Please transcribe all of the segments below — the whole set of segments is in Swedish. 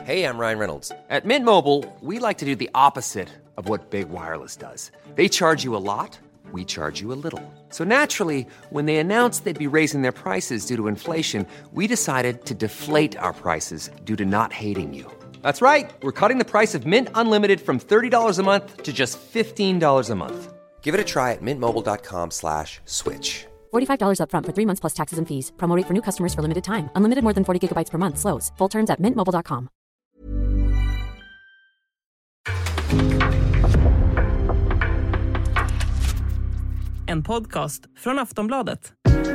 Hey, I'm Ryan Reynolds. At Mint Mobile, we like to do the opposite of what Big Wireless does. They charge you a lot, we charge you a little. So naturally, when they announced they'd be raising their prices due to inflation, we decided to deflate our prices due to not hating you. That's right. We're cutting the price of Mint Unlimited from $30 a month to just $15 a month. Give it a try at mintmobile.com/switch. $45 up front for 3 months plus taxes and fees. Promo rate for new customers for limited time. Unlimited more than 40 gigabytes per month. Slows full terms at mintmobile.com. En podcast från Aftonbladet.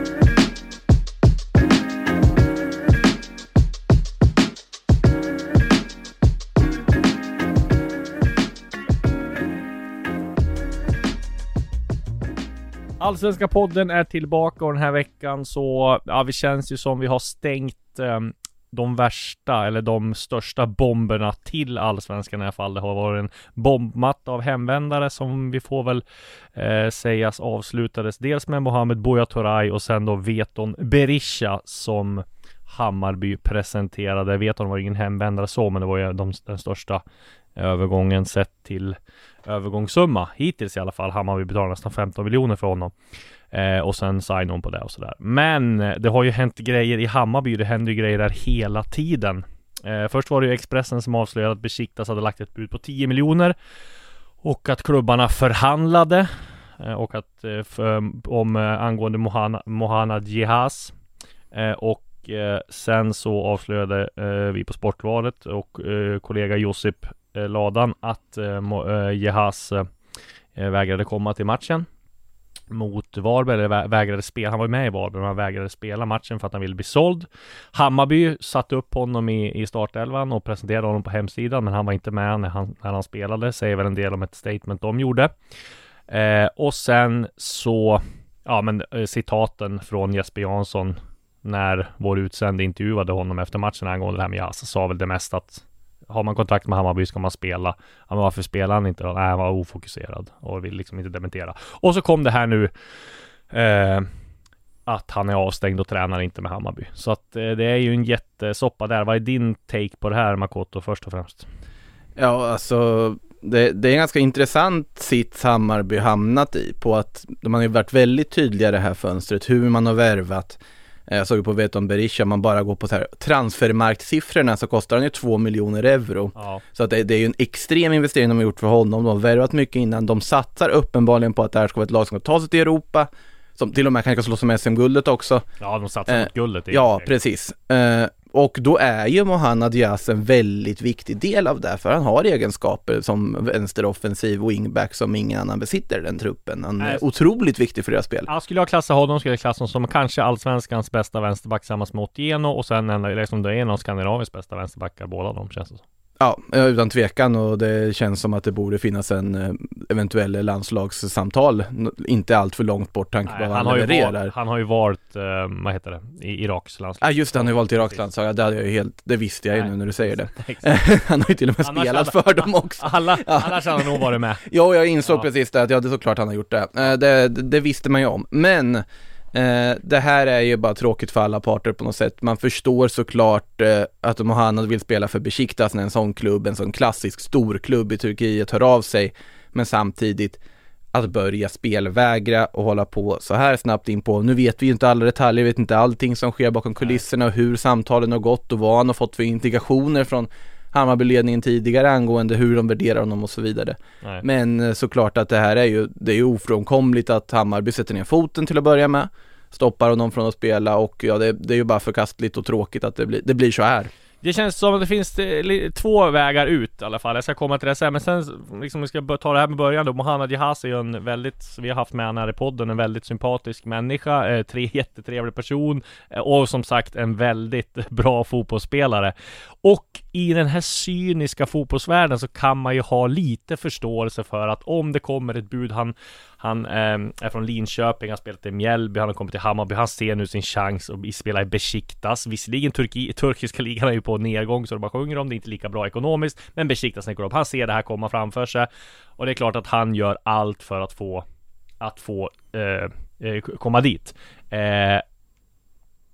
Allsvenska podden är tillbaka och den här veckan så vi känns ju som vi har stängt de värsta eller de största bomberna till Allsvenskan i alla fall. Det har varit en bombmatta av hemvändare som vi får väl sägas avslutades dels med Mohamed Buya Turay och sen då Veton Berisha som Hammarby presenterade. Veton var ingen hemvändare så, men det var ju den största övergången sett till övergångssumma hittills i alla fall. Hammarby betalar nästan 15 miljoner för honom och sen sign on på det och sådär. Men det har ju hänt grejer i Hammarby, det händer ju grejer där hela tiden. Först var det ju Expressen som avslöjade att Besiktas hade lagt ett bud på 10 miljoner och att klubbarna förhandlade och att angående Mohanad Jehas och sen så avslöjade vi på Sportbladet och kollega Josip Ladan att Jehas vägrade komma till matchen mot Varberg, eller vägrade spela. Han var med i Varberg men han vägrade spela matchen för att han ville bli såld. Hammarby satte upp honom i startelvan och presenterade honom på hemsidan, men han var inte med när han spelade. Säger väl en del om ett statement de gjorde. Och sen så citaten från Jesper Jansson när vår utsände intervjuade honom efter matchen angående det här med Jahas, sa väl det mesta att har man kontakt med Hammarby ska man spela. Men varför spelar han inte då? Nej, han var ofokuserad och vill liksom inte dementera. Och så kom det här nu att han är avstängd och tränar inte med Hammarby. Så att det är ju en jättesoppa där. Vad är din take på det här, Makoto, först och främst? Ja, alltså det är en ganska intressant sitt Hammarby hamnat i, på att de har ju varit väldigt tydliga det här fönstret, hur man har värvat. Jag såg ju på Veton Berisha, man bara går på så här transfermarktsiffrorna så kostar han ju 2 miljoner euro. Ja. Så att det är ju en extrem investering de har gjort för honom. De har värvat mycket innan. De satsar uppenbarligen på att det här ska vara ett lag som ska ta sig till Europa, som till och med kanske slå som SM-guldet också. Ja, de satsar mot guldet. Ja, precis. Och då är ju Mohanad Jahas en väldigt viktig del av det, för han har egenskaper som vänsteroffensiv wingback som ingen annan besitter i den truppen. Han är otroligt viktig för deras spel. Ja, skulle jag klassa honom skulle jag klassa honom som kanske allsvenskans bästa vänsterback tillsammans med Otieno och sen liksom det är en av Skandinaviens bästa vänsterbackar, båda de känns det så. Ja, utan tvekan, och det känns som att det borde finnas en eventuell landslagssamtal inte allt för långt bort tanke på vad han levererar. Han har ju varit, i Iraks landslag. Ja, just det, han har ju valt Iraks landslag. Det visste jag ju nu när du säger det. Han har ju till och med spelat för dem också. Annars hade han nog varit med. Jo, jag insåg precis det, att det är såklart han har gjort det. Det visste man ju om. Men det här är ju bara tråkigt för alla parter på något sätt. Man förstår såklart att Mohanad vill spela för Besiktas när en sån klubb, en sån klassisk storklubb i Turkiet hör av sig, men samtidigt att börja spelvägra och hålla på så här snabbt in på. Nu vet vi ju inte alla detaljer, vi vet inte allting som sker bakom kulisserna och hur samtalen har gått och vad han har fått för indikationer från Hammarbyledningen tidigare angående hur de värderar honom och så vidare. Nej. Men såklart att det är ju ofrånkomligt att Hammarby sätter ner foten till att börja med, stoppar honom från att spela, och ja, det är ju bara förkastligt och tråkigt att det blir så här. Det känns som att det finns två vägar ut i alla fall. Jag ska komma till det sen, men sen liksom, vi ska ta det här med början då. Mohanad Jehas är ju en väldigt, vi har haft med här i podden, en väldigt sympatisk människa, jättetrevlig person och som sagt en väldigt bra fotbollsspelare. Och i den här cyniska fotbollsvärlden så kan man ju ha lite förståelse för att om det kommer ett bud, han är från Linköping, han har spelat i Mjällby, han har kommit till Hammarby, han ser nu sin chans att spela i Besiktas. Visserligen turkiska ligan är ju på nedgång så de bara sjunger om det, inte lika bra ekonomiskt, men Besiktas går upp. Han ser det här komma framför sig och det är klart att han gör allt för att få komma dit.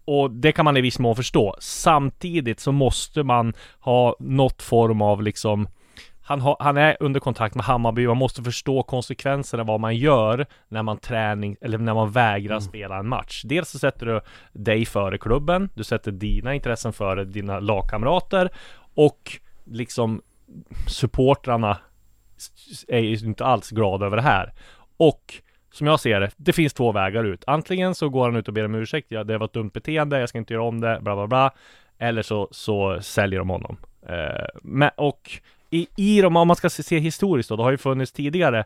Och det kan man i viss mån förstå. Samtidigt så måste man ha något form av liksom... Han är under kontakt med Hammarby. Man måste förstå konsekvenserna av vad man gör när man träning eller när man vägrar spela en match. Dels så sätter du dig före klubben. Du sätter dina intressen före dina lagkamrater. Och liksom supportrarna är ju inte alls glada över det här. Och som jag ser det finns 2 vägar ut. Antingen så går han ut och ber om ursäkt. Ja, det var ett dumt beteende, jag ska inte göra om det, bla bla bla. Eller så säljer de honom. Och i dem, om man ska se historiskt då har ju funnits tidigare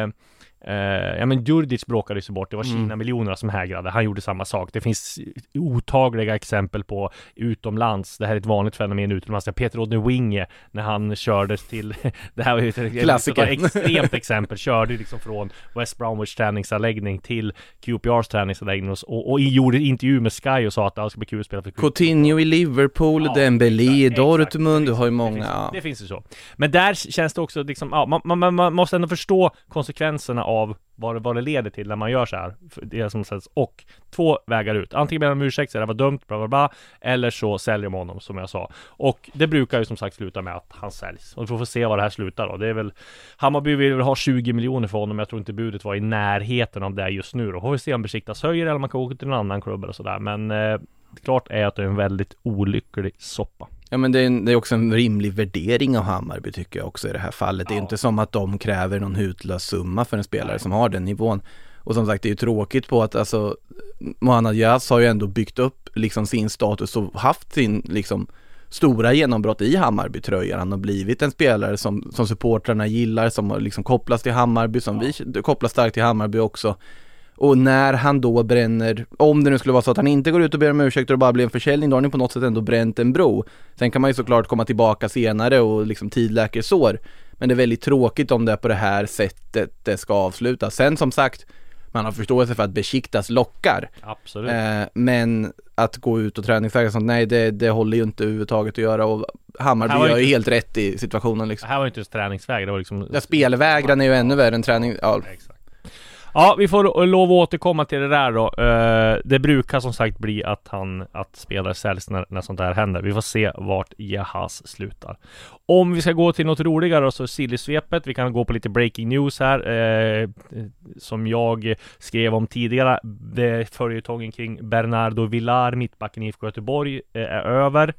men Djurdjic bråkade sig bort. Det var Kina-miljonerna som hägrade. Han gjorde samma sak. Det finns otagliga exempel på utomlands. Det här är ett vanligt fenomen utomlands. Peter Odne-Winge när han kördes till det här var ju ett extremt exempel. Körde liksom från West Bromwich träningsanläggning till QPRs träningsanläggning och gjorde intervju med Sky och sa att det ska bli kul att spela för Coutinho i Liverpool, Dembélé i Dortmund. Du har ju många. Det finns ju så. Men där känns det också liksom, man måste ändå förstå konsekvenserna av vad det leder till när man gör så här. Det som sägs. Och 2 vägar ut. Antingen ber de ursäkt, så det var dumt, bla bla bla. Eller så säljer de honom, som jag sa. Och det brukar ju som sagt sluta med att han säljs. Och vi får se vad det här slutar då. Det är väl, Hammarby vill väl ha 20 miljoner för honom. Jag tror inte budet var i närheten av det just nu då. Får vi se om Besiktas höjer eller man kan åka till en annan klubb eller sådär. Men klart är att det är en väldigt olycklig soppa. Ja, men det är också en rimlig värdering av Hammarby tycker jag också i det här fallet. Det är inte som att de kräver någon hutlös summa för en spelare som har den nivån. Och som sagt, det är ju tråkigt på att alltså, Mohamed Diaz har ju ändå byggt upp liksom sin status och haft sin liksom stora genombrott i Hammarby-tröjan. Han har blivit en spelare som supportrarna gillar, som liksom kopplas till Hammarby, som vi kopplas starkt till Hammarby också. Och när han då bränner, om det nu skulle vara så att han inte går ut och ber om ursäkt och det bara blir en försäljning, då har ni på något sätt ändå bränt en bro. Sen kan man ju såklart komma tillbaka senare och liksom tid läker sår. Men det är väldigt tråkigt om det är på det här sättet det ska avslutas. Sen som sagt, man har förståelse för att Besiktas lockar. Absolut. Men att gå ut och träningsläger sånt, nej det håller ju inte överhuvudtaget att göra. Och Hammarby gör ju helt rätt i situationen liksom. Det här var ju inte träningsväg, det var liksom... Ja, spelvägran är ju ännu värre än träning. Ja, exakt. Ja, vi får lov att återkomma till det där då. Det brukar som sagt bli att spelare säljs när sånt här händer. Vi får se vart Jahas slutar. Om vi ska gå till något roligare då, så Silly-svepet. Vi kan gå på lite breaking news här. Som jag skrev om tidigare. Det följetongen kring Bernardo Villar, mittbacken i IFK Göteborg, är över.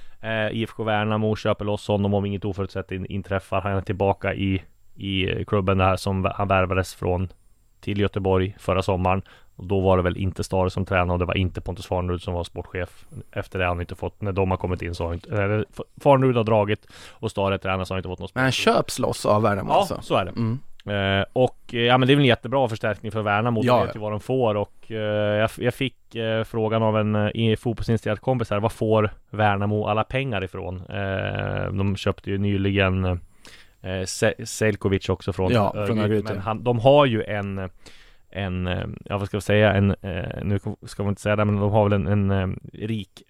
IFK Värnamo köper loss honom om inget oförutsett inträffar. Han är tillbaka i klubben där som han värvades från till Göteborg förra sommaren. Och då var det väl inte Stare som tränade och det var inte Pontus Farnerud som var sportchef. Efter det har han inte fått, när de har kommit in så har inte Farnerud har dragit och Stare tränare så har inte fått något sport. Men han köps loss av Värnamo alltså. Ja, så är det. Och ja, men det är väl en jättebra förstärkning för Värnamo. De vet ju vad de får. Och jag fick frågan av en fotbollsinspirerad kompis här. Vad får Värnamo alla pengar ifrån? De köpte ju nyligen Selkovic också från Örgryte. Men de har ju en vad ska jag säga, nu ska man inte säga det, men de har väl en rik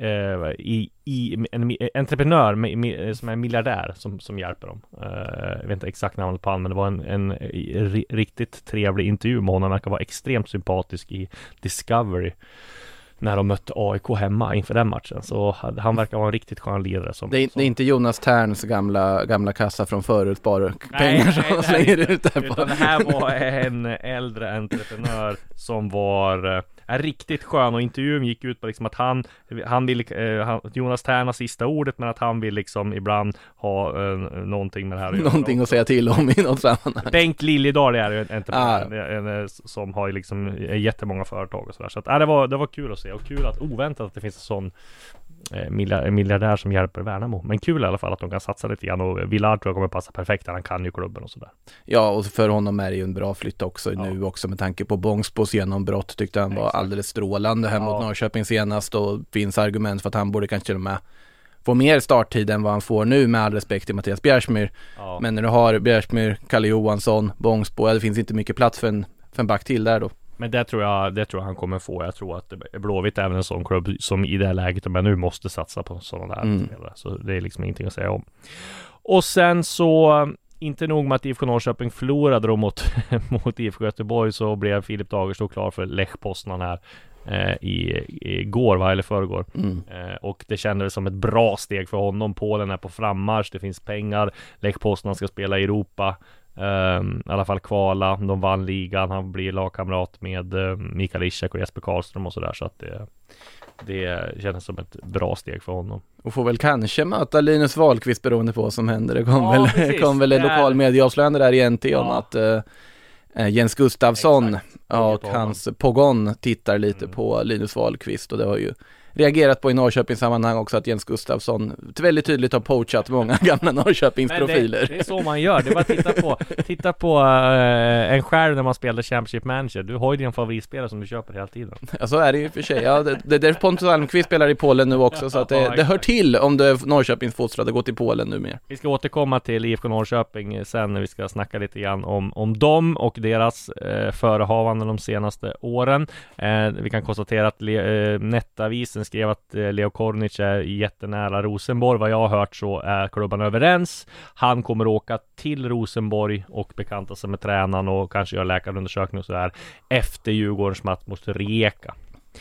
en entreprenör som är miljardär som hjälper dem. Jag vet inte exakt namnet på honom, men det var en riktigt trevlig intervju med honom. Han verkar vara extremt sympatisk i Discovery när de mötte AIK hemma inför den matchen. Så han verkar vara en riktigt skön ledare. Det är inte Jonas Terns gamla kassa från förut, bara pengar som slänger ut där på. Utan det här var en äldre entreprenör som var riktigt skön, och intervjun gick ut på liksom att han vill Jonas Tern har sista ordet, men att han vill liksom ibland ha någonting med det här att göra. Någonting att säga till om i något sammanhang. Bengt Liljedahl är ju en entreprenör som har liksom jättemånga företag och sådär. Så att, det var kul att se, och kul att oväntat att det finns en sån miljardär som hjälper Värnamo. Men kul i alla fall att de kan satsa lite grann, och Villar tror jag kommer passa perfekt, han kan ju klubben och sådär. Ja, och för honom är det ju en bra flytt också nu också, med tanke på Bångsbos genombrott. Tyckte han var alldeles strålande här mot Norrköping senast, och finns argument för att han borde kanske till och med få mer starttid än vad han får nu, med all respekt till Mattias Bjärsmyr. Men när du har Bjärsmyr, Kalle Johansson, Bångsbo, det finns inte mycket plats för en back till där då. Men det tror jag han kommer få. Jag tror att Blåvitt är även en sån klubb som i det här läget men nu måste satsa på sådana där spelare. Så det är liksom ingenting att säga om. Och sen så, inte nog med att IFK Norrköping förlorade då mot IFK Göteborg, så blev Filip Dagerstad klar för Lech Poznan här. igår eller förrgår. Och det kändes som ett bra steg för honom. Polen är på frammarsch, det finns pengar, Lech Poznan ska spela i Europa, i alla fall kvala, de vann ligan, han blir lagkamrat med Mikael Ishak och Jesper Karlström och sådär, så att det känns som ett bra steg för honom. Och får väl kanske möta Linus Wahlqvist beroende på vad som händer. Det kom väl en lokal medieavslöjande där i NT om att Jens Gustafsson och hans Pogon tittar lite på Linus Wahlqvist, och det har ju reagerat på i Norrköpings sammanhang också att Jens Gustafsson väldigt tydligt har poachat många gamla Norrköpingsprofiler. Det är så man gör, det är bara titta på en skärm när man spelar Championship Manager. Du har ju din favoritspelare som du köper hela tiden. Ja, så är det ju för sig. Ja, det är därför Pontus Almqvist spelar i Polen nu också, så att det hör till om du är Norrköpings fostrade gå till Polen nu mer. Vi ska återkomma till IFK Norrköping sen när vi ska snacka lite grann om dem och deras förehavanden de senaste åren. Vi kan konstatera att Nettavisen skrev att Leo Kornic är jättenära Rosenborg. Vad jag har hört så är klubban överens. Han kommer åka till Rosenborg och bekanta sig med tränaren och kanske göra läkarundersökning och så där efter Djurgårdens match mot Rijeka.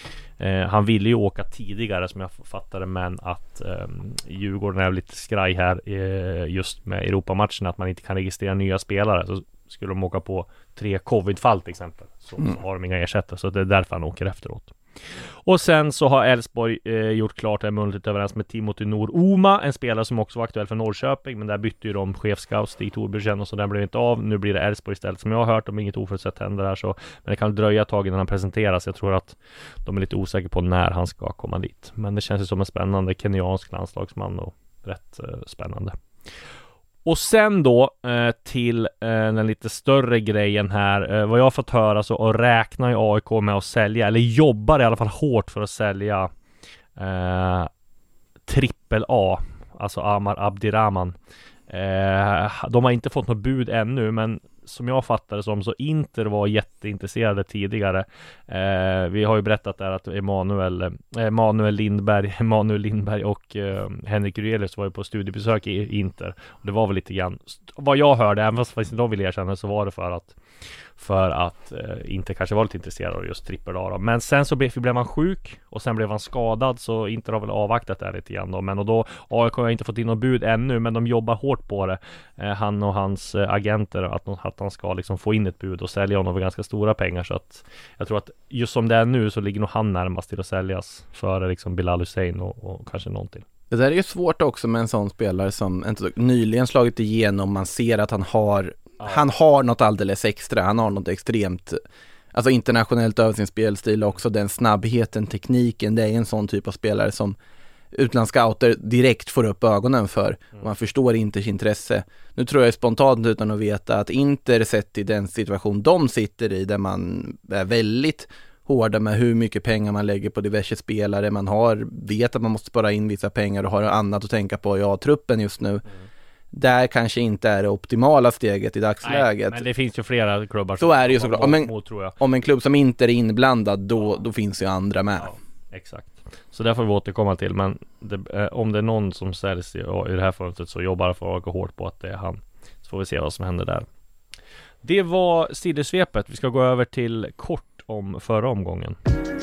Han ville ju åka tidigare som jag fattade, men att Djurgården är lite skraj här just med Europamatcherna, att man inte kan registrera nya spelare. Så skulle de åka på 3 covid-fall till exempel, så har de inga ersättare, så det är därför han åker efteråt. Och sen så har Elfsborg gjort klart en muntligt överens med Timothy Nor-Oma, en spelare som också var aktuell för Norrköping, men där bytte ju de chefscout Stig Torbjörn och så den blev inte av. Nu blir det Elfsborg istället som jag har hört, om inget oförutsett händer här, så men det kan dröja ett tag innan han presenteras. Jag tror att de är lite osäkra på när han ska komma dit, men det känns ju som en spännande kenyansk landslagsman och rätt spännande. Och sen då till den lite större grejen här. Vad jag har fått höra så räknar ju AIK med att sälja, eller jobbar i alla fall hårt för att sälja AAA, alltså Amar Abdirahman. De har inte fått något bud ännu, men som jag fattar det som så Inter var jätteintresserade tidigare. Vi har ju berättat där att Emanuel Lindberg och Henrik Rüelius var ju på studiebesök i Inter. Och det var väl lite grann vad jag hörde, även fast de ville erkänna, så var det för att Inter kanske var lite intresserad av just AAA. Men sen så blev han sjuk och sen blev han skadad, så Inter har väl avvaktat det lite grann då. Men och då AIK har inte fått in något bud ännu, men de jobbar hårt på det. Han och hans agenter att han ska liksom få in ett bud och sälja honom för ganska stora pengar, så att jag tror att just som det är nu så ligger nog han närmast till att säljas före liksom Bilal Hussein och kanske någonting. Det där är ju svårt också med en sån spelare som inte nyligen slagit igenom. Man ser att han har något alldeles extra. Han har något extremt, alltså internationellt över sin spelstil, också den snabbheten, tekniken. Det är en sån typ av spelare som utlandsscouter direkt får upp ögonen för. Och man förstår Inters intresse. Nu tror jag spontant, utan att veta, att Inter sett i den situation de sitter i, där man är väldigt hårda med hur mycket pengar man lägger på diverse spelare. Man vet att man måste spara in vissa pengar och har annat att tänka på. Truppen just nu. Där kanske inte är det optimala steget i dagsläget. Nej, men det finns ju flera klubbar. Så är det ju såklart. Tror jag. Om en klubb som inte är inblandad, då finns ju andra med. Ja, exakt. Så där får vi återkomma till. Men om det är någon som säljs i det här fönstret, så jobbar för att gå hårt på att det är han. Så får vi se vad som händer där. Det var sidosvepet. Vi ska gå över till kort om förra omgången.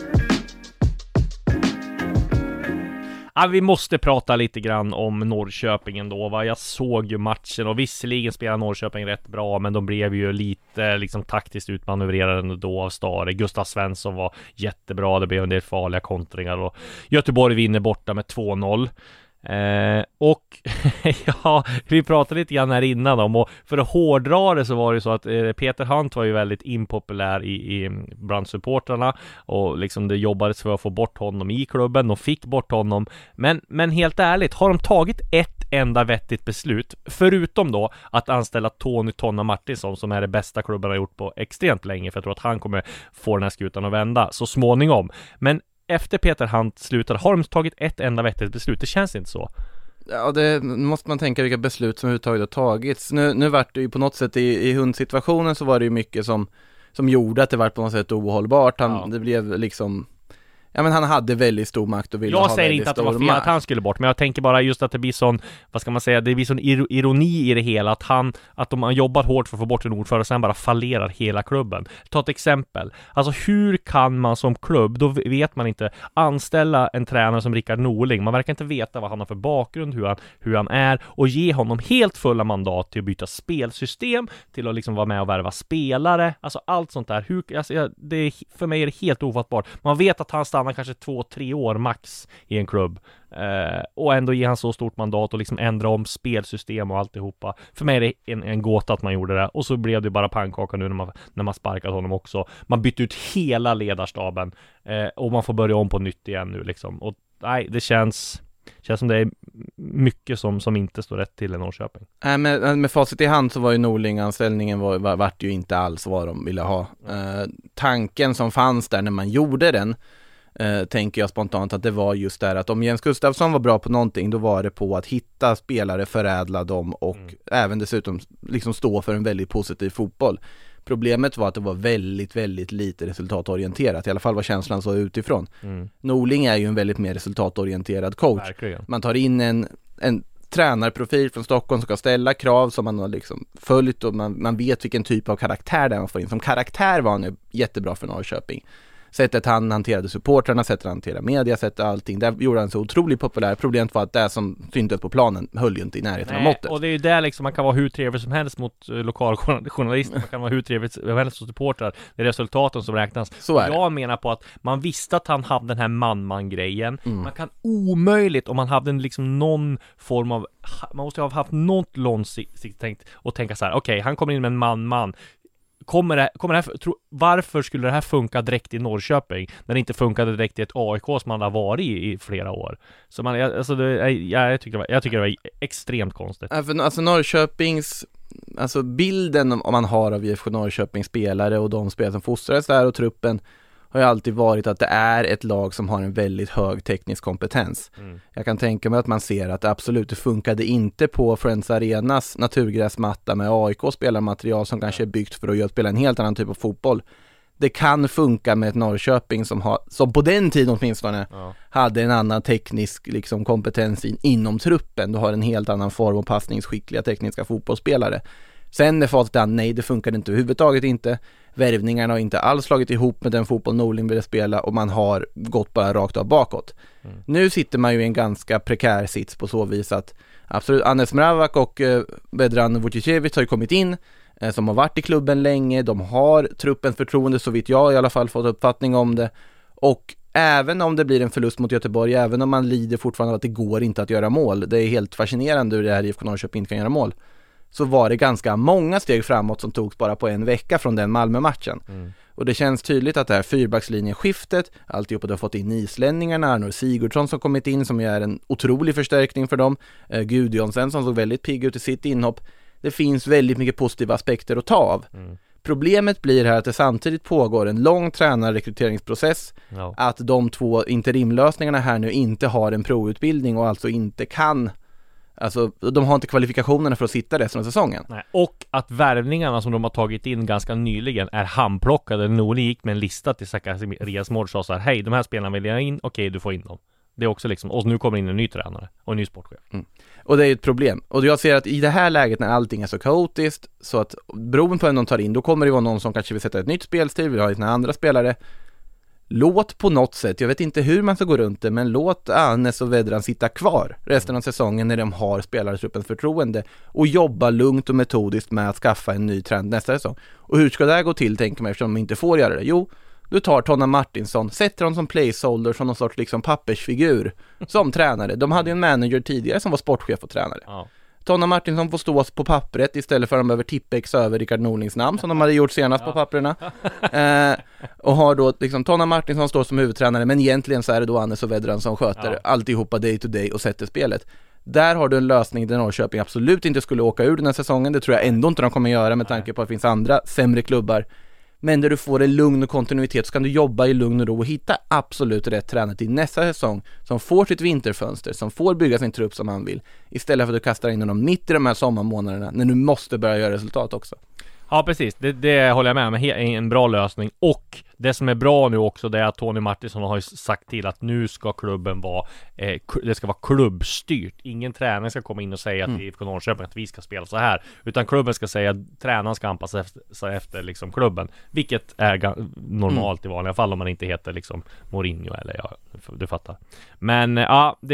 Vi måste prata lite grann om Norrköping ändå, va? Jag såg ju matchen och visserligen spelade Norrköping rätt bra, men de blev ju lite liksom taktiskt utmanövrerade då av Stare. Gustav Svensson var jättebra, det blev en del farliga kontringar och Göteborg vinner borta med 2-0. Och ja, vi pratade lite grann här innan om, och för att hårdra det så var det så att Peter Hunt var ju väldigt impopulär i bland supportrarna, och liksom det jobbades för att få bort honom i klubben. De fick bort honom, men helt ärligt, har de tagit ett enda vettigt beslut förutom då att anställa Tony Tonna Martinsson, som är det bästa klubben har gjort på extremt länge, för jag tror att han kommer få den här skutan att vända så småningom. Men efter Peter Hunt slutade, har de tagit ett enda vettigt beslut? Det känns inte så. Ja, det måste man tänka vilka beslut som överhuvudtaget har tagits. Nu vart det ju på något sätt i hundsituationen, så var det ju mycket som gjorde att det var på något sätt ohållbart. Det blev liksom Ja, men han hade väldigt stor makt och ville ha Jag säger inte att det var fel att han skulle bort, men jag tänker bara just att det blir sån, vad ska man säga, det blir sån ironi i det hela, att de har jobbat hårt för att få bort en ordförande och sen bara fallerar hela klubben. Ta ett exempel. Alltså hur kan man som klubb, då vet man inte, anställa en tränare som Rickard Norling, man verkar inte veta vad han har för bakgrund, hur han är, och ge honom helt fulla mandat till att byta spelsystem, till att liksom vara med och värva spelare, alltså allt sånt där. För mig är det helt ofattbart. Man vet att han stannar kanske 2-3 år max i en klubb, och ändå ger han så stort mandat och liksom ändra om spelsystem och alltihopa. För mig är det en gåta att man gjorde det, och så blev det bara pannkaka nu när man sparkade honom också. Man bytte ut hela ledarstaben, och man får börja om på nytt igen nu liksom. Och nej, det känns som det är mycket som inte står rätt till i Norrköping. Med facit i hand så var ju Norling-anställningen vart ju inte alls vad de ville ha. Tanken som fanns där när man gjorde den, tänker jag spontant att det var just där att om Jens Gustafsson var bra på någonting, då var det på att hitta spelare, förädla dem och även dessutom liksom stå för en väldigt positiv fotboll. Problemet var att det var väldigt, väldigt lite resultatorienterat. I alla fall var känslan så utifrån. Norling är ju en väldigt mer resultatorienterad coach. Verkligen. Man tar in en tränarprofil från Stockholm som ska ställa krav som man har liksom följt, och man vet vilken typ av karaktär där man får in. Som karaktär var han ju jättebra för Norrköping. Sättet han hanterade supportrarna, sättet han hanterade media, sättet allting. Där gjorde han så otroligt populär. Problemet var att det som syntes på planen höll ju inte i närheten av måttet. Och det är ju där liksom, man kan vara hur trevlig som helst mot lokaljournalister, man kan vara hur trevlig som helst mot supportrar. Det är resultaten som räknas. Så är det. Jag menar på att man visste att han hade den här man-grejen. Man kan omöjligt, om man hade liksom någon form av, man måste ha haft något långsiktigt tänkt och tänka så här: okej, han kommer in med en man. Varför skulle det här funka direkt i Norrköping när det inte funkade direkt i ett AIK som man har varit i flera år? Så jag tycker det var extremt konstigt. Alltså Norrköpings, alltså bilden om man har av IFK Norrköpings spelare och de spelare som fostrades där och truppen har ju alltid varit att det är ett lag som har en väldigt hög teknisk kompetens. Jag kan tänka mig att man ser att absolut, det funkade inte på Friends Arenas naturgräsmatta med AIK-spelarmaterial som kanske är byggt för att spela en helt annan typ av fotboll. Det kan funka med ett Norrköping som på den tiden åtminstone hade en annan teknisk liksom, kompetens inom truppen. Du har en helt annan form och passningsskickliga tekniska fotbollsspelare. Sen är facit att nej, det funkade inte överhuvudtaget inte. Värvningarna har inte alls slagit ihop med den fotboll Norling ville spela, och man har gått bara rakt av bakåt. Nu sitter man ju i en ganska prekär sits på så vis att absolut, Anes Mravak och Vedran Vucicevic har ju kommit in, som har varit i klubben länge. De har truppens förtroende, så vitt jag i alla fall fått uppfattning om det. Och även om det blir en förlust mot Göteborg, även om man lider fortfarande av att det går inte att göra mål, det är helt fascinerande hur det här IFK Norrköping inte kan göra mål, så var det ganska många steg framåt som togs bara på en vecka från den Malmö-matchen. Och det känns tydligt att det här fyrbackslinjeskiftet, alltihop att de har fått in islänningarna, Arnor Sigurdsson som kommit in, som är en otrolig förstärkning för dem, Gudjonsen som såg väldigt pigg ut i sitt inhopp. Det finns väldigt mycket positiva aspekter att ta av. Problemet blir här att det samtidigt pågår en lång tränarrekryteringsprocess, att de två interimlösningarna här nu inte har en provutbildning och alltså inte kan, alltså de har inte kvalifikationerna för att sitta resten av säsongen. Nej. Och att värvningarna som de har tagit in ganska nyligen är handplockade. Norling gick med en lista till Zacharias Mård och sa så här: hej, de här spelarna vill jag in, okej, du får in dem. Det är också liksom, och nu kommer in en ny tränare och en ny sportchef. Och det är ett problem. Och jag ser att i det här läget när allting är så kaotiskt, så att beroende på vem de tar in, då kommer det vara någon som kanske vill sätta ett nytt spelstil, vill ha sina andra spelare. Låt på något sätt, jag vet inte hur man ska gå runt det, men låt Anes och Vedran sitta kvar resten av säsongen när de har spelartruppens förtroende och jobba lugnt och metodiskt med att skaffa en ny trend nästa säsong. Och hur ska det här gå till, tänker man, eftersom de inte får göra det? Jo, du tar Tonna Martinsson, sätter honom som placeholder, som någon sorts liksom pappersfigur som tränare. De hade ju en manager tidigare som var sportchef och tränare. Tonna Martinsson får stå på pappret istället för att de behöver tippex över Rickard Norlings namn som de hade gjort senast på papperna. Och har då liksom Tonna Martinsson står som huvudtränare, men egentligen så är det då Anes och Vedran som sköter alltihopa day to day och sätter spelet. Där har du en lösning där Norrköping absolut inte skulle åka ur den här säsongen. Det tror jag ändå inte de kommer göra med tanke på att det finns andra sämre klubbar. Men där du får en lugn och kontinuitet, så kan du jobba i lugn och ro och hitta absolut rätt tränare till nästa säsong, som får sitt vinterfönster, som får bygga sin trupp som han vill, istället för att du kastar in honom mitt i de här sommarmånaderna när du måste börja göra resultat också. Ja, precis. Det håller jag med om. En bra lösning. Och det som är bra nu också, det är att Tony Martinsson har ju sagt till att nu ska klubben vara det ska vara klubbstyrt. Ingen tränare ska komma in och säga till IFK Norrköping att vi ska spela så här, utan klubben ska säga att tränaren ska anpassa sig efter liksom klubben, vilket är normalt i vanliga fall om man inte heter liksom Mourinho eller ja, du fattar. Men ja, det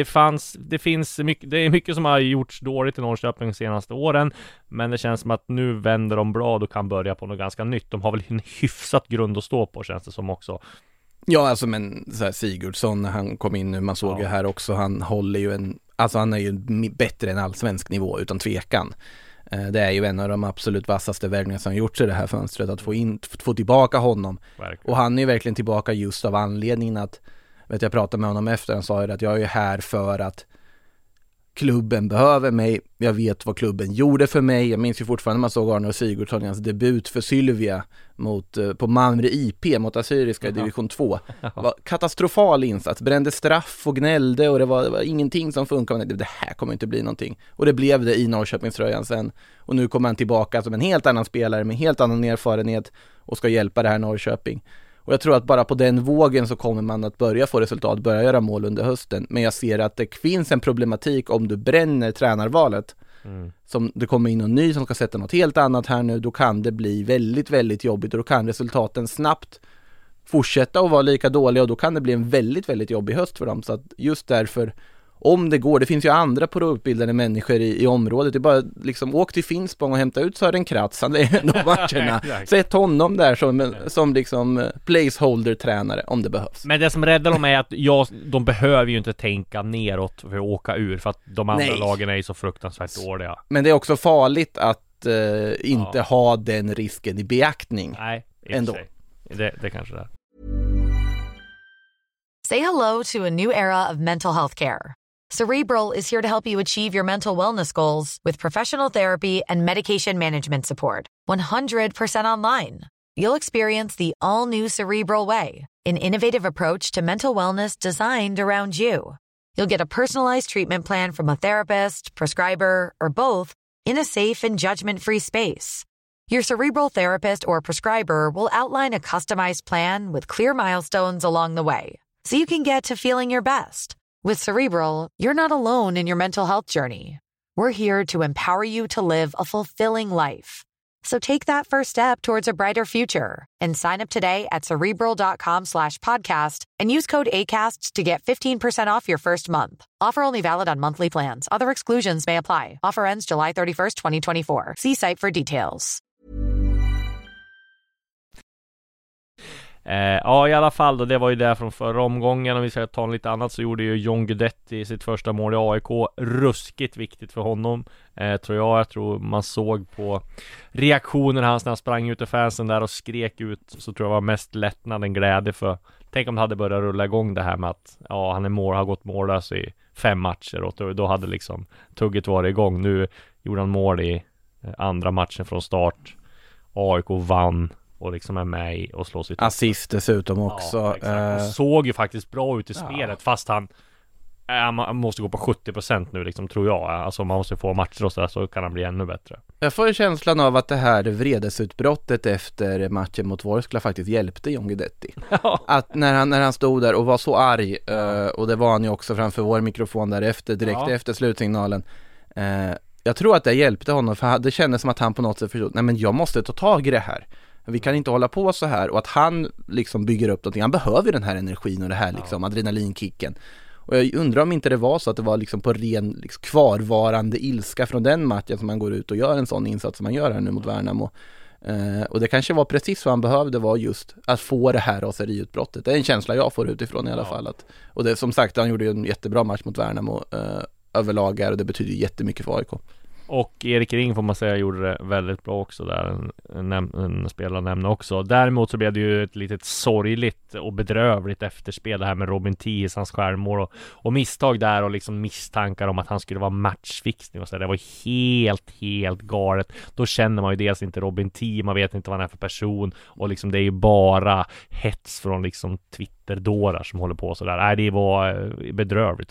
är mycket som har gjorts dåligt i Norrköping de senaste åren, men det känns som att nu vänder de bra och då kan börja på något ganska nytt. De har väl en hyfsat grund att stå på, känns det som också. Ja, alltså men så här, Sigurdsson när han kom in nu, man såg ju här också, han håller ju han är ju bättre än allsvensk nivå utan tvekan. Det är ju en av de absolut vassaste värvningar som gjorts i det här fönstret, att få tillbaka honom. Verkligen. Och han är ju verkligen tillbaka just av anledningen att, jag pratade med honom efter, han sa ju att jag är här för att klubben behöver mig, jag vet vad klubben gjorde för mig. Jag minns ju fortfarande när man såg Arne Sigurdsson i hans debut för Sylvia på Malmö IP mot Assyriska i division 2. Det var katastrofal insats, brände straff och gnällde och det var ingenting som funkade. Det här kommer inte bli någonting. Och det blev det i Norrköpingströjan sen. Och nu kommer han tillbaka som en helt annan spelare med helt annan erfarenhet och ska hjälpa det här Norrköping. Och jag tror att bara på den vågen så kommer man att börja få resultat, börja göra mål under hösten. Men jag ser att det finns en problematik om du bränner tränarvalet. Som det kommer in någon ny som ska sätta något helt annat här nu, då kan det bli väldigt, väldigt jobbigt och då kan resultaten snabbt fortsätta att vara lika dåliga och då kan det bli en väldigt, väldigt jobbig höst för dem. Så att just därför, om det går, det finns ju andra pro-utbildade människor i området, det är bara liksom åk till Finspång och hämta ut Sören Kratz, han är de matcherna. Sätt honom där som liksom placeholder-tränare om det behövs. Men det som räddar dem är att de behöver ju inte tänka neråt för att åka ur, för att de andra lagen är ju så fruktansvärt dåliga. Men det är också farligt att inte ha den risken i beaktning. Nej, ändå. Det kanske det är. Say hello to a new era of mental health care. Cerebral is here to help you achieve your mental wellness goals with professional therapy and medication management support. 100% online. You'll experience the all-new Cerebral Way, an innovative approach to mental wellness designed around you. You'll get a personalized treatment plan from a therapist, prescriber, or both in a safe and judgment-free space. Your Cerebral therapist or prescriber will outline a customized plan with clear milestones along the way, so you can get to feeling your best. With Cerebral, you're not alone in your mental health journey. We're here to empower you to live a fulfilling life. So take that first step towards a brighter future and sign up today at Cerebral.com/podcast and use code ACAST to get 15% off your first month. Offer only valid on monthly plans. Other exclusions may apply. Offer ends July 31st, 2024. See site for details. Ja, i alla fall då, det var ju där från förra omgången. Om vi ska ta en lite annat så gjorde ju John Guidetti sitt första mål i AIK. Ruskigt viktigt för honom, tror jag. Jag tror man såg på reaktionen hans när han sprang ut i fansen där och skrek ut, så tror jag var mest lättnad än glädje. För tänk om det hade börjat rulla igång det här med att han har gått mållös i 5 matcher och då hade liksom tugget varit igång. Nu gjorde han mål i andra matchen från start. AIK vann och liksom är med och slår sitt assist dessutom också. Ja, såg ju faktiskt bra ut i spelet, fast han måste gå på 70% nu liksom, tror jag. Alltså man måste få matcher och så kan han bli ännu bättre. Jag får känslan av att det här vredesutbrottet efter matchen mot Vorskla faktiskt hjälpte John Guidetti. Att när han stod där och var så arg, och det var han ju också framför vår mikrofon därefter, direkt efter slutsignalen. Jag tror att det hjälpte honom, för det kändes som att han på något sätt förstod, nej men jag måste ta tag i det här. Vi kan inte hålla på så här, och att han liksom bygger upp någonting. Han behöver den här energin och det här liksom adrenalinkicken. Och jag undrar om inte det var så att det var liksom på ren liksom kvarvarande ilska från den matchen som man går ut och gör en sån insats som man gör här nu mot Värnamo. Och det kanske var precis vad han behövde, var just att få det här raseriutbrottet. Det är en känsla jag får utifrån i alla fall. Och det, som sagt, han gjorde ju en jättebra match mot Värnamo överlag här, och det betyder jättemycket för AIK. Och Erik Ring får man säga gjorde det väldigt bra också där, en spelare nämna också. Däremot så blev det ju ett litet sorgligt och bedrövligt efterspel det här med Robin Thies, hans skärmål och misstag där, och liksom misstankar om att han skulle vara matchfixning och så. Det var helt galet. Då känner man ju dels inte Robin Thies, man vet inte vad han är för person, och liksom det är ju bara hets från liksom Twitter-dårar som håller på så där. Nej, det var bedrövligt att se.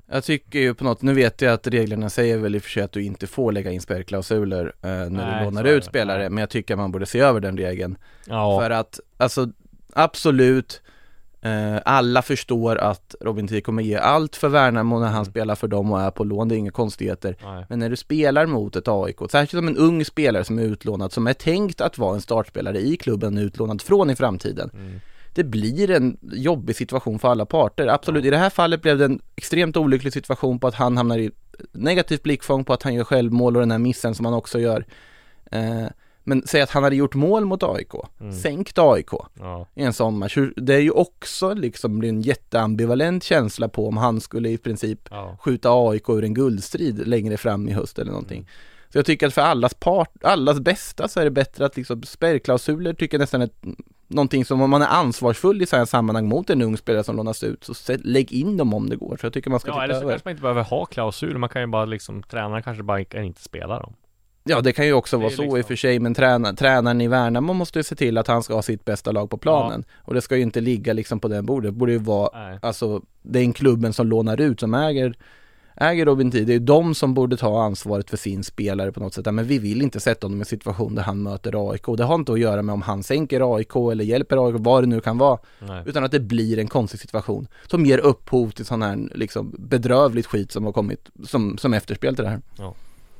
Jag tycker ju på något, nu vet jag att reglerna säger väl i och för sig att du inte får lägga in spärrklausuler när du lånar ut spelare, men jag tycker att man borde se över den regeln. Ja. För att, alltså absolut, alla förstår att Robin Tii kommer ge allt för Värnamo när han spelar för dem och är på lån, det är inga konstigheter. Nej. Men när du spelar mot ett AIK, särskilt som en ung spelare som är utlånad, som är tänkt att vara en startspelare i klubben, utlånad från i framtiden, det blir en jobbig situation för alla parter. Absolut, i det här fallet blev det en extremt olycklig situation på att han hamnar i negativt blickfång, på att han gör självmål och den här missen som han också gör. Men säg att han hade gjort mål mot AIK, sänkt AIK i en sån match. Det är ju också liksom en jätteambivalent känsla på om han skulle i princip skjuta AIK ur en guldstrid längre fram i höst eller någonting. Så jag tycker att för allas bästa så är det bättre att liksom spärrklausuler tycker nästan är någonting som, om man är ansvarsfull i sådana sammanhang mot en ung spelare som lånas ut, så lägg in dem om det går. Så jag tycker man ska titta eller så över. kanske man inte behöver ha klausuler, man kan ju bara liksom, tränaren kanske bara kan inte spela dem. Ja, det kan ju också vara så liksom i och för sig, men tränaren i Värnamo måste ju se till att han ska ha sitt bästa lag på planen. Ja. Och det ska ju inte ligga liksom på den bordet. Det borde ju vara, alltså, det är en klubben som lånar ut, som äger Robin Tii. Det är ju de som borde ta ansvaret för sin spelare på något sätt. Men vi vill inte sätta honom i en situation där han möter AIK. Det har inte att göra med om han sänker AIK eller hjälper AIK, vad det nu kan vara. Nej. Utan att det blir en konstig situation som ger upphov till sån här liksom bedrövligt skit som har kommit som efterspel till det här. Ja.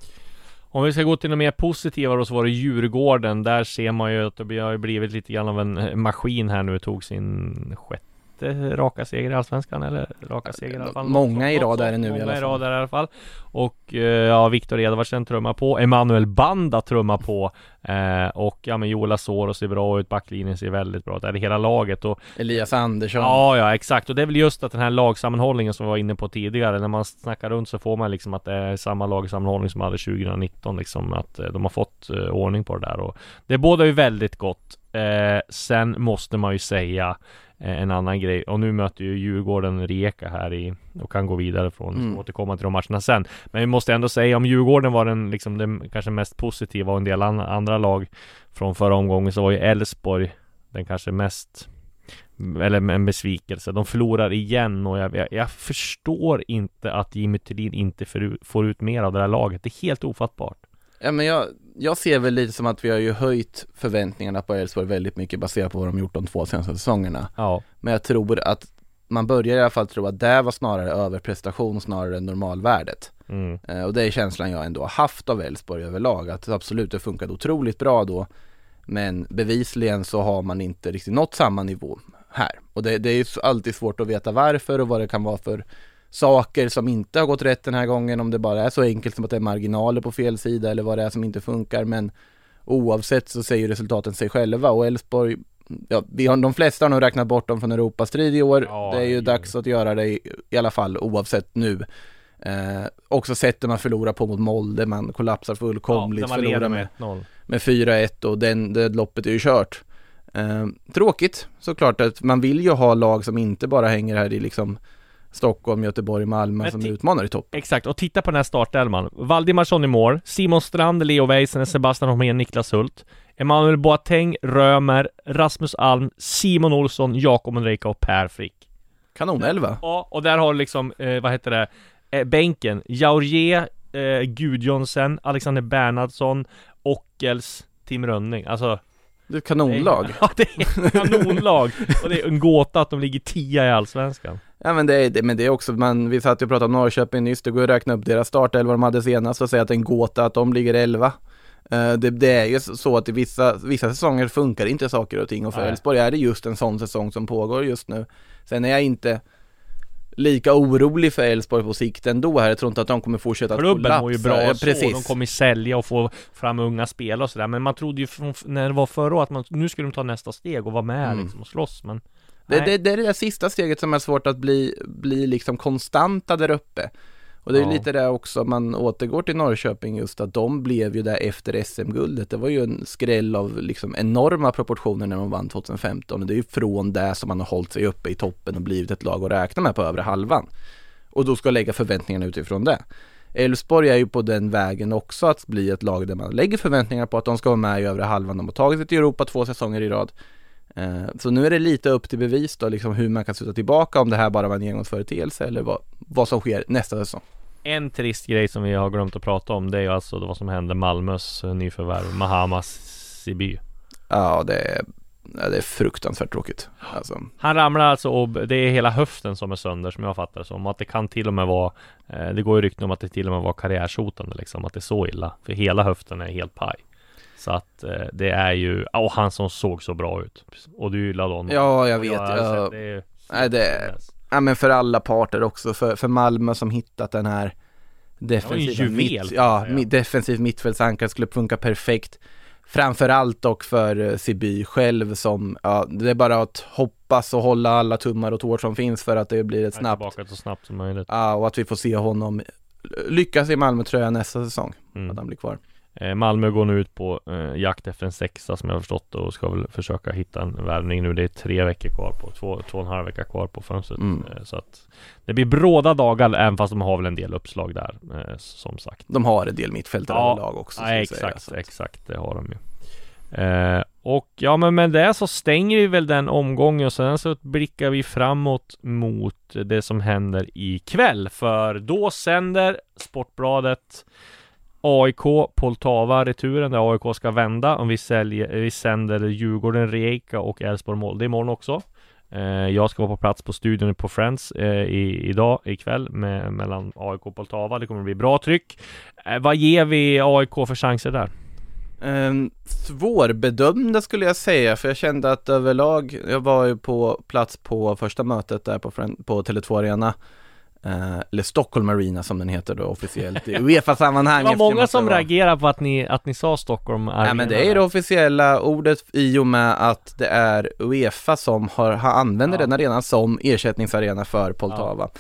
Om vi ska gå till något mer positiva då, så var det Djurgården. Där ser man ju att det har blivit lite grann av en maskin här nu. Tog sin raka seger i Allsvenskan, eller raka seger i alla fall. Många i rad är det nu i alla fall. Och Viktor Edvardsen trummar på, Emanuel Banda trummar på, och men Joel Asoro ser bra ut, backlinjen ser väldigt bra ut, det är hela laget, och Elias Andersson. Ja, exakt, och det är väl just att den här lagsammanhållningen som vi var inne på tidigare, när man snackar runt så får man liksom att det är samma lagsammanhållning som hade 2019 liksom, att de har fått ordning på det där, och det båda ju väldigt gott. Sen måste man ju säga en annan grej, och nu möter ju Djurgården Rijeka här och kan gå vidare från återkomma till de matcherna sen, men vi måste ändå säga, om Djurgården var den kanske mest positiva, och en del andra lag från förra omgången, så var ju Elfsborg den kanske mest, eller en besvikelse. De förlorar igen, och jag förstår inte att Jimmy Tillin inte får ut mer av det här laget. Det är helt ofattbart. Ja, men jag ser väl lite som att vi har ju höjt förväntningarna på Elfsborg väldigt mycket baserat på vad de gjort de 2 senaste säsongerna. Ja. Men jag tror att man börjar i alla fall tro att det var snarare överprestation snarare än normalvärdet. Och det är känslan jag ändå har haft av Elfsborg överlag. Att absolut, det funkade otroligt bra då, men bevisligen så har man inte riktigt nått samma nivå här. Och det är ju alltid svårt att veta varför och vad det kan vara för saker som inte har gått rätt den här gången, om det bara är så enkelt som att det är marginaler på fel sida eller vad det är som inte funkar, men oavsett så säger resultaten sig själva, och Elfsborg, de flesta har nog räknat bort dem från Europastrid i år. Det är ju dags att göra det i alla fall, oavsett nu. Också sätter man förlora på mot Molde, man kollapsar fullkomligt, förlorar med 4-1, och det loppet är ju kört. Tråkigt såklart, att man vill ju ha lag som inte bara hänger här i liksom Stockholm, Göteborg, Malmö som utmanar i topp. Exakt, och titta på den här startelvan. Valdimarsson i mål, Simon Strand, Leo Väisänen, Sebastian Holmén, Niklas Hult, Emanuel Boateng, Römer, Rasmus Alm, Simon Olsson, Jakob Ondrejka och Per Frick. Kanon 11. Ja, och där har liksom, bänken, Jaurier, Gudjonsen, Alexander Bernhardsson, Ockels, Tim Rönning. Alltså, det är ett kanonlag. Ja, det är ett kanonlag. Och det är en gåta att de ligger 10 i Allsvenskan. Ja, men det är också, vi satt och pratade om Norrköping nyss, det går att räkna upp deras startelva de hade senast och säga att det är en gåta att de ligger 11. Det är ju så att i vissa säsonger funkar inte saker och ting, och för Elfsborg är det just en sån säsong som pågår just nu. Sen är jag inte lika orolig för Elfsborg på sikt ändå här. Jag tror inte att de kommer fortsätta att kollapsa. Klubben mår ju bra så, de kommer sälja och få fram unga spelare och sådär, men man trodde ju när det var förra året att nu skulle de ta nästa steg och vara med liksom, och slåss, men det är det där sista steget som är svårt att bli liksom konstanta där uppe. Och det är lite det också, man återgår till Norrköping, just att de blev ju där efter SM-guldet. Det var ju en skräll av liksom enorma proportioner när de vann 2015. Och det är ju från det som man har hållit sig uppe i toppen och blivit ett lag att räkna med på övre halvan. Och då ska lägga förväntningarna utifrån det. Elfsborg är ju på den vägen också att bli ett lag där man lägger förväntningar på att de ska vara med i övre halvan. De har tagit sig till Europa 2 säsonger i rad. Så nu är det lite upp till bevis då, liksom hur man kan sluta tillbaka, om det här bara var en engångsföreteelse eller vad som sker nästa säsong. En trist grej som vi har glömt att prata om, det är ju alltså vad som hände Malmös nyförvärv Mahama Siby. Ja, det är fruktansvärt tråkigt. Alltså. Han ramlar alltså och det är hela höften som är sönder, som jag fattar det som. Att det kan till och med vara, det går ju rykten om att det till och med var karriärshotande liksom, att det är så illa. För hela höften är helt paj. Så att det är ju, han som såg så bra ut. Och du gillade honom. Ja, jag vet. Men för alla parter också. För Malmö som hittat den här defensiv mittfältsankare skulle funka perfekt. Framförallt och för Siby själv som, det är bara att hoppas och hålla alla tummar och tår som finns för att det blir ett tillbaka så snabbt som möjligt. Ja, och att vi får se honom lyckas i Malmö-tröja nästa säsong. Att han blir kvar. Malmö går nu ut på jakt efter en sexa som jag har förstått och ska väl försöka hitta en värvning nu. Det är 3 veckor kvar på 2,5 veckor kvar på fönstret. Så att det blir bråda dagar, även fast de har väl en del uppslag där, som sagt. De har en del mittfältare lag också. Ja, exakt, det har de ju. Och men med det så stänger vi väl den omgången och sen så blickar vi framåt mot det som händer ikväll. För då sänder Sportbladet AIK Poltava returen där AIK ska vända, om vi sänder Djurgården Rijeka och Elfsborg Molde imorgon också. Jag ska vara på plats på studion på Friends ikväll mellan AIK och Poltava. Det kommer att bli bra tryck. Vad ger vi AIK för chanser där? Svårbedömda skulle jag säga, för jag kände att överlag, jag var ju på plats på första mötet där på Tele2 Arena, eller Stockholm Arena som den heter då officiellt i UEFA-sammanhang. Det var många som reagerar på att ni sa Stockholm Arena. Ja, men det är det officiella ordet i och med att det är UEFA som har använder den arenan som ersättningsarena för Poltava.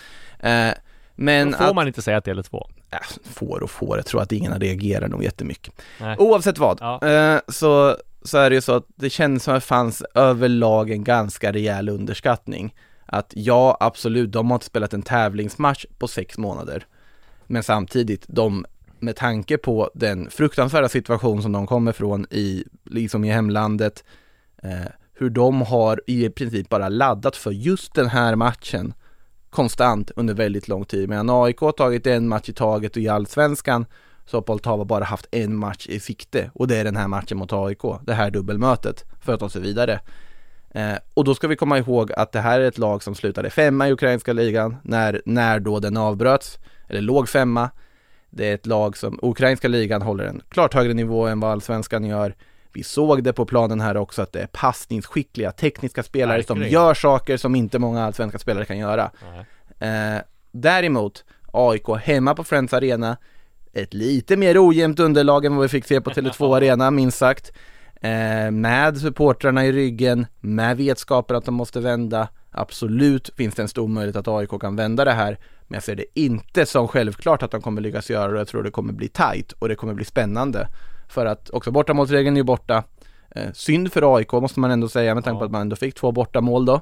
Men då får man inte säga Tele2. Får. Jag tror att ingen reagerar nog jättemycket. Nej. Oavsett vad. Så är det ju så att det känns som att det fanns överlag en ganska rejäl underskattning. Att absolut, de har inte spelat en tävlingsmatch på 6 månader. Men samtidigt, med tanke på den fruktansvärda situation som de kommer från i hemlandet, hur de har i princip bara laddat för just den här matchen konstant under väldigt lång tid. Medan AIK har tagit en match i taget och i Allsvenskan så har Poltava bara haft en match i sikte. Och det är den här matchen mot AIK, det här dubbelmötet, för att ta sig vidare. Och då ska vi komma ihåg att det här är ett lag som slutade 5 i ukrainska ligan när då den avbröts, eller låg 5. Det är ett lag som ukrainska ligan håller en klart högre nivå än vad allsvenskan gör. Vi såg det på planen här också, att det är passningsskickliga tekniska spelare som gör saker som inte många allsvenska spelare kan göra. Däremot AIK hemma på Friends Arena, ett lite mer ojämnt underlag än vad vi fick se på Tele2 Arena, minst sagt. Med supportrarna i ryggen, med vetskapen att de måste vända. Absolut finns det en stor möjlighet att AIK kan vända det här, men jag ser det inte som självklart att de kommer lyckas göra det. Jag tror det kommer bli tight och det kommer bli spännande, för att också bortamålsregeln är ju borta. Synd för AIK måste man ändå säga, med tanke på att man ändå fick 2 bortamål då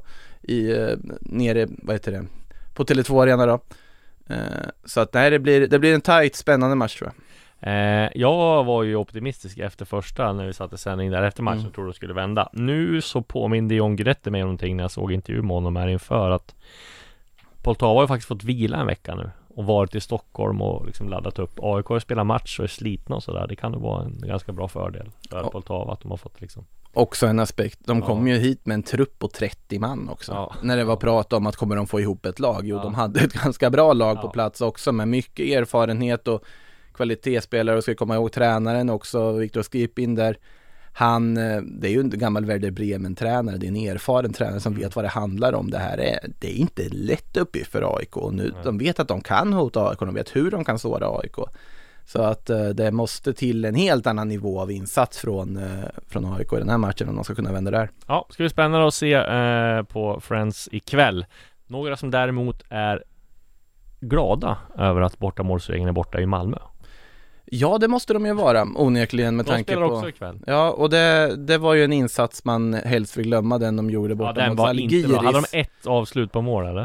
nere, på Tele2 Arena då. Så att det blir en tight, spännande match, tror jag. Jag var ju optimistisk efter första, när vi satte sändning där efter matchen, tror det skulle vända. Nu så påminner John Guidetti mig om någonting när jag såg intervju med honom här inför, att Poltava har ju faktiskt fått vila en vecka nu och varit i Stockholm och liksom laddat upp. AIK har spelat match och är slitna och sådär. Det kan nog vara en ganska bra fördel för Poltava att de har fått liksom. Också en aspekt. De kom ju hit med en trupp på 30 man också. När det var prat om att kommer de få ihop ett lag. Jo, de hade ett ganska bra lag på plats också, med mycket erfarenhet och kvalitetsspelare. Och ska komma ihåg tränaren också, Viktor Skripin där. Det är ju en gammal Werder Bremen-tränare. Det är en erfaren tränare som vet vad det handlar om. Det är inte lätt uppgift för AIK. Och nu, de vet att de kan hota AIK. De vet hur de kan såra AIK. Så att det måste till en helt annan nivå av insats från AIK i den här matchen om de ska kunna vända där. Ja, ska bli spännande att se på Friends ikväll. Några som däremot är glada över att bortamålsregeln är borta i Malmö. Ja, det måste de ju vara, onekligen, med tanke på... De spelar också ikväll. Ja, och det var ju en insats man helst vill glömma, den de gjorde borta mot Algiris. Hade de ett avslut på mål, eller?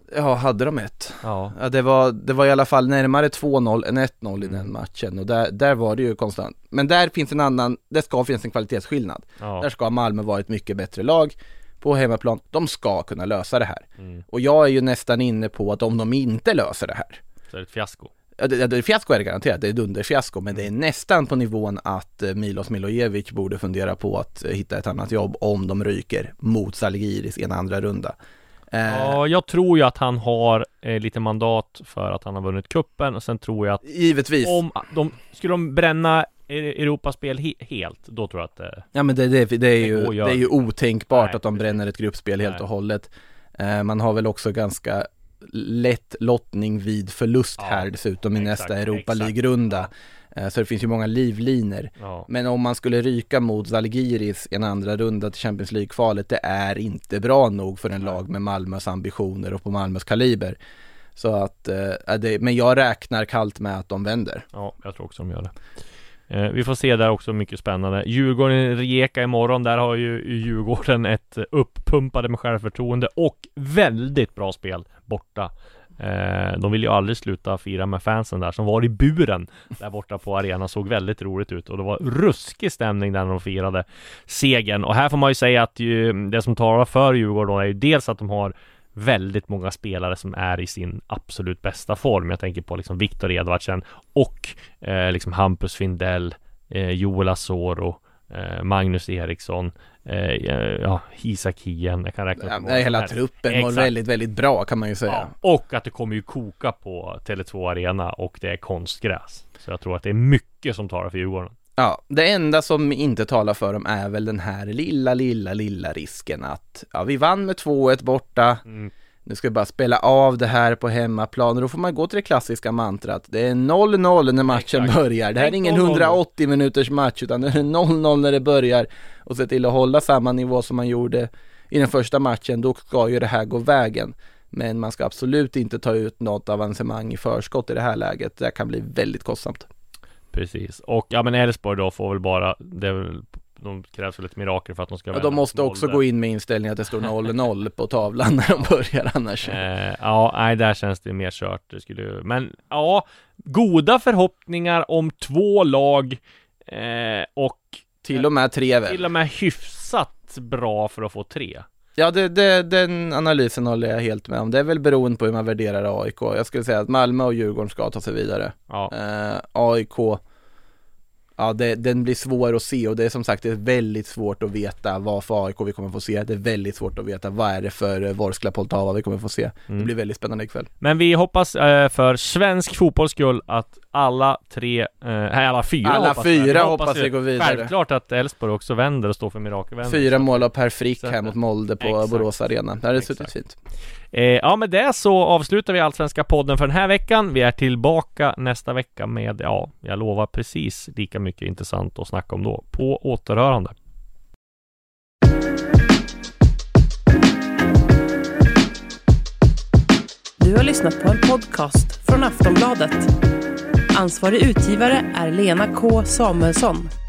Ja, hade de ett? Ja. Ja, det var i alla fall närmare 2-0 än 1-0 i den matchen. Och där var det ju konstant. Men där finns det ska finnas en kvalitetsskillnad. Ja. Där ska Malmö vara ett mycket bättre lag på hemmaplan. De ska kunna lösa det här. Och jag är ju nästan inne på att om de inte löser det här, så är det ett fiasko. Det fiasko är det garanterat, det är ett underfiasko, men det är nästan på nivån att Milos Milojevic borde fundera på att hitta ett annat jobb om de ryker mot Zalgiris i en andra runda. Ja, jag tror ju att han har lite mandat för att han har vunnit kuppen, och sen tror jag att givetvis om skulle de bränna Europaspel helt, då tror jag att ja, men det är ju otänkbart att de bränner ett gruppspel helt och hållet. Man har väl också ganska lätt lottning vid förlust här dessutom i nästa Europa League-runda. Så det finns ju många livliner. Men om man skulle ryka mot Zalgiris i en andra runda till Champions League-kvalet, det är inte bra nog för en lag med Malmös ambitioner och på Malmös kaliber. Så att, men jag räknar kallt med att de vänder. Ja, jag tror också de gör det. Vi får se där också, mycket spännande. Djurgården Rijeka imorgon, där har ju Djurgården ett uppumpade med självförtroende och väldigt bra spel borta. De vill ju aldrig sluta fira med fansen där som var i buren där borta på arenan, såg väldigt roligt ut och det var ruskig stämning där när de firade segern. Och här får man ju säga att det som talar för Djurgården är ju dels att de har väldigt många spelare som är i sin absolut bästa form. Jag tänker på liksom Viktor Edvardsen och liksom Hampus Findell, Joel Asoro, Magnus Eriksson, Isak Hien. Jag kan räkna hela truppen var väldigt, väldigt bra, kan man ju säga. Ja, och att det kommer ju koka på Tele2 Arena och det är konstgräs. Så jag tror att det är mycket som talar för Djurgården. Ja, det enda som inte talar för dem är väl den här lilla risken att vi vann med 2-1 borta. Nu ska vi bara spela av det här på hemmaplan, och då får man gå till det klassiska mantrat. Det är 0-0 när matchen börjar. Det här är ingen 180 minuters match, utan det är 0-0 när det börjar. Och se till att hålla samma nivå som man gjorde i den första matchen, då ska ju det här gå vägen. Men man ska absolut inte ta ut något avancemang i förskott i det här läget. Det kan bli väldigt kostsamt. Precis. Och men Elfsborg då får väl bara, de krävs väl ett mirakel för att de ska de måste också gå in med inställningen att det står 0-0 på tavlan när de börjar annars. Där känns det mer kört. Men goda förhoppningar om 2 lag och till och med 3 väl. Till och med hyfsat bra för att få 3. Ja, den analysen håller jag helt med om. Det är väl beroende på hur man värderar AIK. Jag skulle säga att Malmö och Djurgården ska ta sig vidare. AIK, den blir svår att se, och det är som sagt, det är väldigt svårt att veta vad för AIK vi kommer få se. Det är väldigt svårt att veta vad är det för Vorskla Poltava vi kommer få se. Det blir väldigt spännande ikväll. Men vi hoppas för svensk fotbolls skull att alla 4 hoppas det går vidare. Självklart att Elfsborg också vänder och står för mirakelvänder. 4 mål av Per Frick här mot Molde på Borås Arena. Det hade suttit fint. Med det så avslutar vi Allsvenska podden för den här veckan. Vi är tillbaka nästa vecka med, jag lovar precis lika mycket intressant att snacka om då. På återhörande. Du har lyssnat på en podcast från Aftonbladet. Ansvarig utgivare är Lena K. Samuelsson.